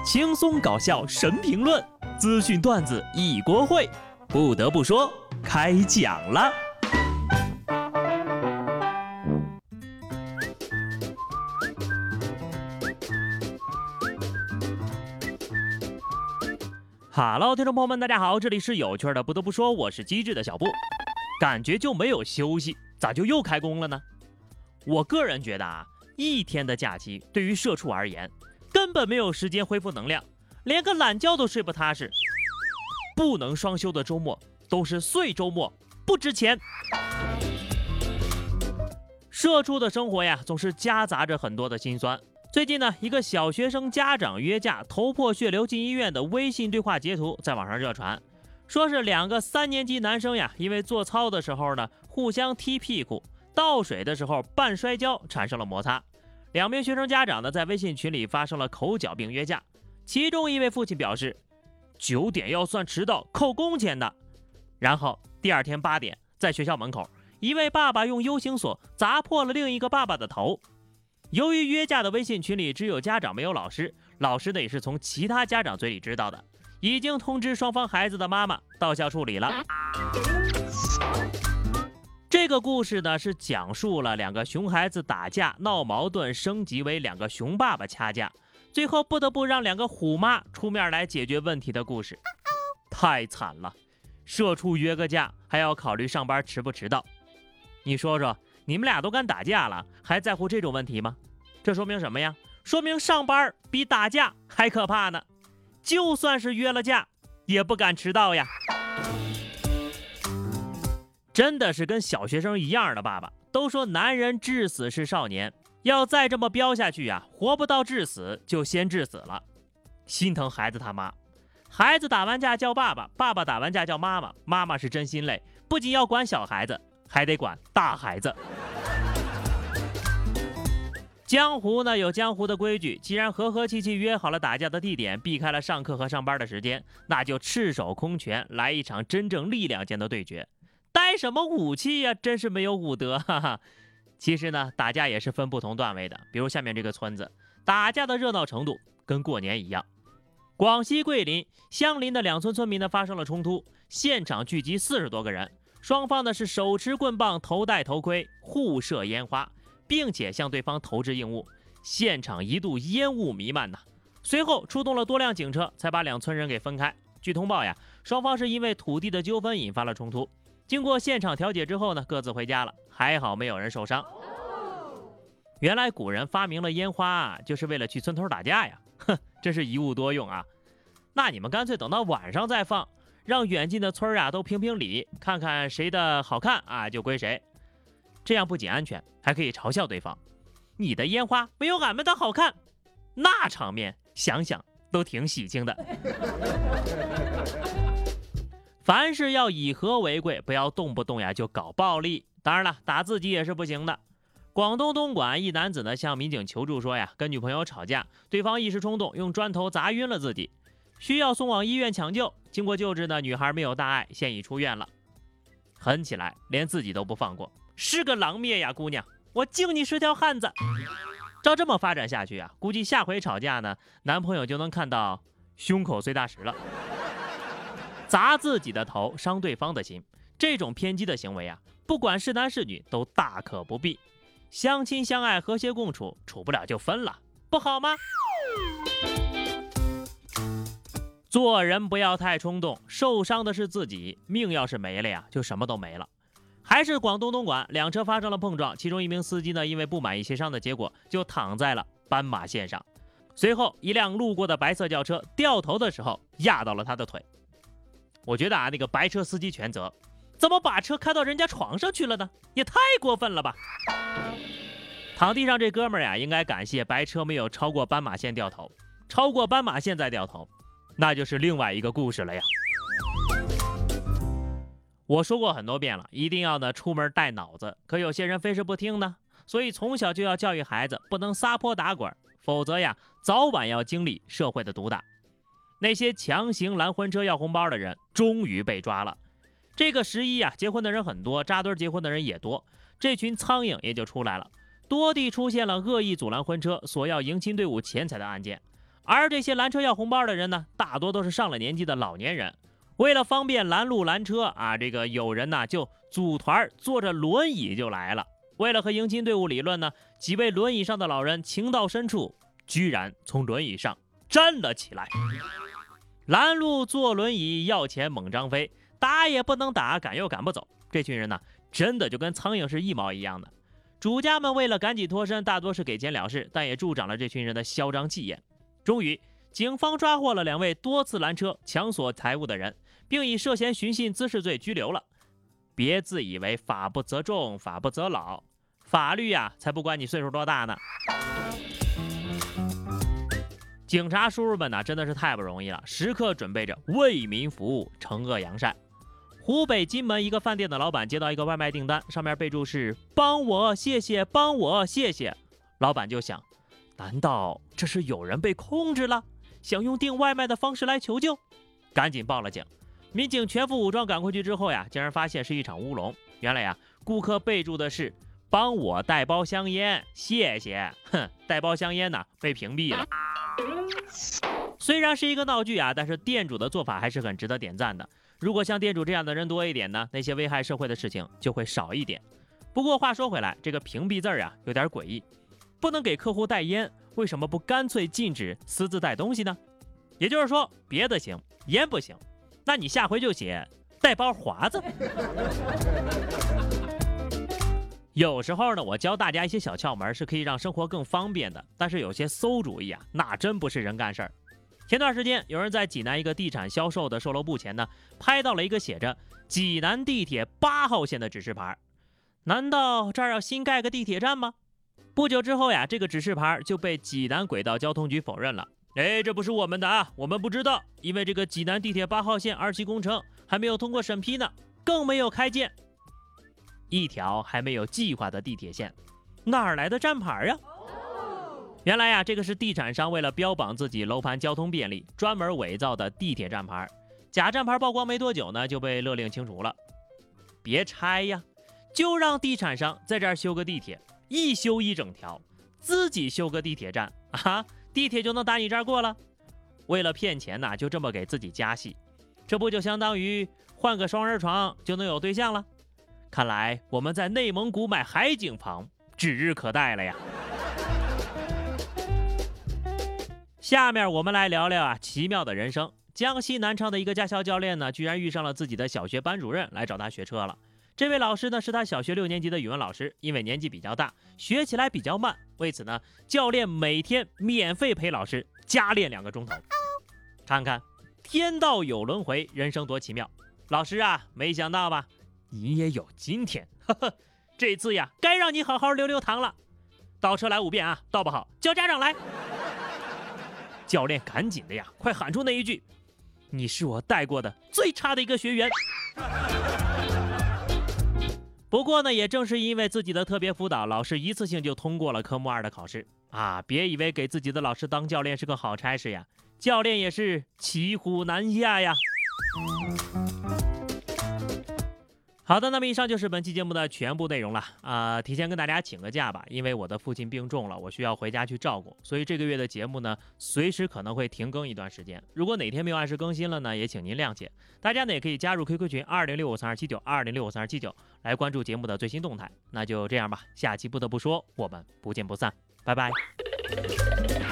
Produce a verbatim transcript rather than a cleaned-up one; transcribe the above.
轻松搞笑神评论，资讯段子一锅烩。不得不说，开讲了。哈喽，听众朋友们，大家好，这里是有趣的。不得不说，我是机智的小布。感觉就没有休息，咋就又开工了呢？我个人觉得啊，一天的假期对于社畜而言，根本没有时间恢复能量，连个懒觉都睡不踏实。不能双休的周末都是碎周末，不值钱。社畜的生活呀，总是夹杂着很多的辛酸。最近呢，一个小学生家长约架头破血流进医院的微信对话截图在网上热传，说是两个三年级男生呀，因为做操的时候呢，互相踢屁股，倒水的时候半摔跤，产生了摩擦。两名学生家长呢，在微信群里发生了口角并约架。其中一位父亲表示，九点要算迟到，扣工钱的。然后第二天八点，在学校门口，一位爸爸用 U 型锁砸破了另一个爸爸的头。由于约架的微信群里只有家长没有老师，老师呢也是从其他家长嘴里知道的，已经通知双方孩子的妈妈到校处理了。这个故事呢，是讲述了两个熊孩子打架闹矛盾，升级为两个熊爸爸掐架，最后不得不让两个虎妈出面来解决问题的故事。太惨了，社畜约个架还要考虑上班迟不迟到。你说说，你们俩都敢打架了，还在乎这种问题吗？这说明什么呀？说明上班比打架还可怕呢。就算是约了架，也不敢迟到呀。真的是跟小学生一样的爸爸，都说男人至死是少年，要再这么飙下去呀，活不到致死就先致死了。心疼孩子他妈，孩子打完架叫爸爸，爸爸打完架叫妈妈，妈妈是真心累，不仅要管小孩子，还得管大孩子。江湖呢有江湖的规矩，既然和和气气约好了打架的地点，避开了上课和上班的时间，那就赤手空拳来一场真正力量间的对决。带什么武器呀？真是没有武德，哈哈。其实呢，打架也是分不同段位的。比如下面这个村子，打架的热闹程度跟过年一样。广西桂林相邻的两村村民呢发生了冲突，现场聚集四十多个人，双方呢是手持棍棒，头戴头盔，互射烟花，并且向对方投掷硬物，现场一度烟雾弥漫呐。随后出动了多辆警车，才把两村人给分开。据通报呀，双方是因为土地的纠纷引发了冲突。经过现场调解之后呢，各自回家了，还好没有人受伤。原来古人发明了烟花啊，就是为了去村头打架呀，哼，真是一物多用啊。那你们干脆等到晚上再放，让远近的村啊都评评理，看看谁的好看啊就归谁。这样不仅安全，还可以嘲笑对方，你的烟花没有俺们的好看，那场面想想都挺喜庆的。凡事要以和为贵，不要动不动呀就搞暴力。当然了，打自己也是不行的。广东东莞一男子呢向民警求助说呀，跟女朋友吵架，对方一时冲动用砖头砸晕了自己，需要送往医院抢救。经过救治呢，女孩没有大碍，现已出院了。狠起来连自己都不放过，是个狼灭呀，姑娘，我敬你是条汉子。照这么发展下去啊，估计下回吵架呢，男朋友就能看到胸口碎大石了。砸自己的头，伤对方的心，这种偏激的行为啊，不管是男是女都大可不必。相亲相爱，和谐共处，处不了就分了，不好吗？做人不要太冲动，受伤的是自己，命要是没了呀，就什么都没了。还是广东东莞，两车发生了碰撞，其中一名司机呢，因为不满意协商的结果，就躺在了斑马线上。随后，一辆路过的白色轿车掉头的时候压到了他的腿。我觉得啊，那个白车司机全责，怎么把车开到人家床上去了呢？也太过分了吧！躺地上这哥们儿呀，应该感谢白车没有超过斑马线掉头，超过斑马线再掉头，那就是另外一个故事了呀。我说过很多遍了，一定要呢出门带脑子，可有些人非是不听呢，所以从小就要教育孩子不能撒泼打滚，否则呀，早晚要经历社会的毒打。那些强行拦婚车要红包的人终于被抓了。这个十一啊，结婚的人很多，扎堆结婚的人也多，这群苍蝇也就出来了，多地出现了恶意阻拦婚车、索要迎亲队伍钱财的案件。 而这些拦车要红包的人呢，大多都是上了年纪的老年人。为了方便拦路拦车啊，这个有人呢就组团坐着轮椅就来了。为了和迎亲队伍理论呢，几位轮椅上的老人情到深处，居然从轮椅上站了起来。拦路坐轮椅要钱猛张飞，打也不能打，赶又赶不走。这群人呢，真的就跟苍蝇是一毛一样的。主家们为了赶紧脱身，大多是给钱了事，但也助长了这群人的嚣张气焰。终于，警方抓获了两位多次拦车抢索财物的人，并以涉嫌寻衅滋事罪拘留了。别自以为法不责众，法不责老，法律呀、啊，才不管你岁数多大呢。警察叔叔们呢，真的是太不容易了，时刻准备着为民服务，惩恶扬善。湖北荆门一个饭店的老板接到一个外卖订单，上面备注是帮我谢谢，帮我谢谢。老板就想，难道这是有人被控制了，想用订外卖的方式来求救？赶紧报了警。民警全副武装赶回去之后呀，竟然发现是一场乌龙。原来呀，顾客备注的是帮我带包香烟，谢谢。哼，带包香烟呢被屏蔽了。虽然是一个闹剧啊，但是店主的做法还是很值得点赞的。如果像店主这样的人多一点呢，那些危害社会的事情就会少一点。不过话说回来，这个屏蔽字儿啊有点诡异，不能给客户带烟，为什么不干脆禁止私自带东西呢？也就是说，别的行，烟不行。那你下回就写带包华子。有时候呢，我教大家一些小窍门，是可以让生活更方便的。但是有些馊主意啊，那真不是人干事儿。前段时间，有人在济南一个地产销售的售楼部前呢，拍到了一个写着济南地铁八号线的指示牌。难道这儿要新盖个地铁站吗？不久之后呀，这个指示牌就被济南轨道交通局否认了。哎，这不是我们的啊，我们不知道，因为这个济南地铁八号线二期工程还没有通过审批呢，更没有开建。一条还没有计划的地铁线，哪儿来的站牌呀？原来呀，这个是地产商为了标榜自己楼盘交通便利，专门伪造的地铁站牌。假站牌曝光没多久呢，就被勒令清除了。别拆呀，就让地产商在这儿修个地铁，一修一整条，自己修个地铁站啊，地铁就能打你这儿过了。为了骗钱呢，就这么给自己加戏，这不就相当于换个双人床就能有对象了？看来我们在内蒙古买海景房指日可待了呀。下面我们来聊聊啊奇妙的人生。江西南昌的一个驾校教练呢，居然遇上了自己的小学班主任来找他学车了。这位老师呢是他小学六年级的语文老师，因为年纪比较大，学起来比较慢，为此呢，教练每天免费陪老师加练两个钟头。看看天道有轮回，人生多奇妙。老师啊，没想到吧，你也有今天。呵呵，这次呀，该让你好好溜溜堂了。倒车来五遍啊，倒不好叫家长来。教练赶紧的呀，快喊出那一句：你是我带过的最差的一个学员。不过呢，也正是因为自己的特别辅导，老师一次性就通过了科目二的考试啊！别以为给自己的老师当教练是个好差事呀，教练也是骑虎难下呀。好的，那么以上就是本期节目的全部内容了啊、呃！提前跟大家请个假吧，因为我的父亲病重了，我需要回家去照顾，所以这个月的节目呢，随时可能会停更一段时间。如果哪天没有按时更新了呢，也请您谅解。大家呢也可以加入 Q Q 群二零六五三二七九二零六五三二七九来关注节目的最新动态。那就这样吧，下期不得不说，我们不见不散，拜拜。